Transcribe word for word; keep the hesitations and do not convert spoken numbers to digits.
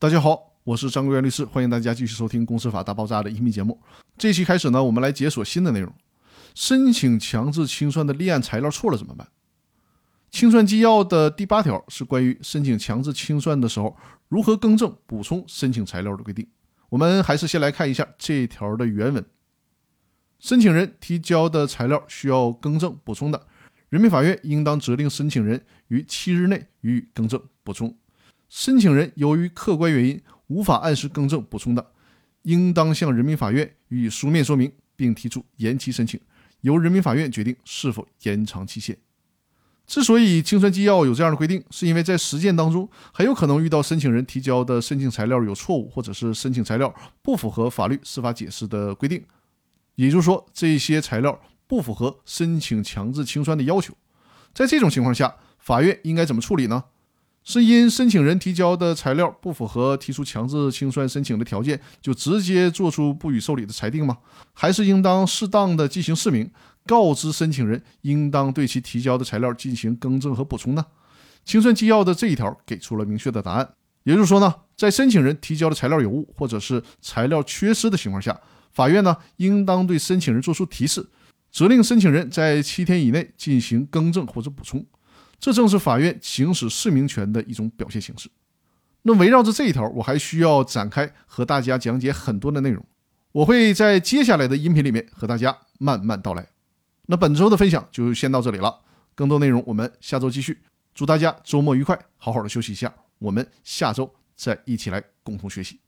大家好，我是张国元律师，欢迎大家继续收听公司法大爆炸的音频节目。这一期开始呢，我们来解锁新的内容。申请强制清算的立案材料错了怎么办？清算纪要的第八条是关于申请强制清算的时候如何更正补充申请材料的规定。我们还是先来看一下这一条的原文。申请人提交的材料需要更正补充的，人民法院应当责令申请人于七日内予以更正补充。申请人由于客观原因无法按时更正补充的，应当向人民法院予以书面说明，并提出延期申请，由人民法院决定是否延长期限。之所以清算纪要有这样的规定，是因为在实践当中很有可能遇到申请人提交的申请材料有错误，或者是申请材料不符合法律司法解释的规定，也就是说这些材料不符合申请强制清算的要求。在这种情况下，法院应该怎么处理呢？是因申请人提交的材料不符合提出强制清算申请的条件，就直接做出不予受理的裁定吗？还是应当适当的进行释明，告知申请人应当对其提交的材料进行更正和补充呢？清算纪要的这一条给出了明确的答案。也就是说呢，在申请人提交的材料有误或者是材料缺失的情况下，法院呢应当对申请人作出提示，责令申请人在七天以内进行更正或者补充。这正是法院行使释明权的一种表现形式。那围绕着这一条，我还需要展开和大家讲解很多的内容，我会在接下来的音频里面和大家慢慢道来。那本周的分享就先到这里了，更多内容我们下周继续。祝大家周末愉快，好好的休息一下，我们下周再一起来共同学习。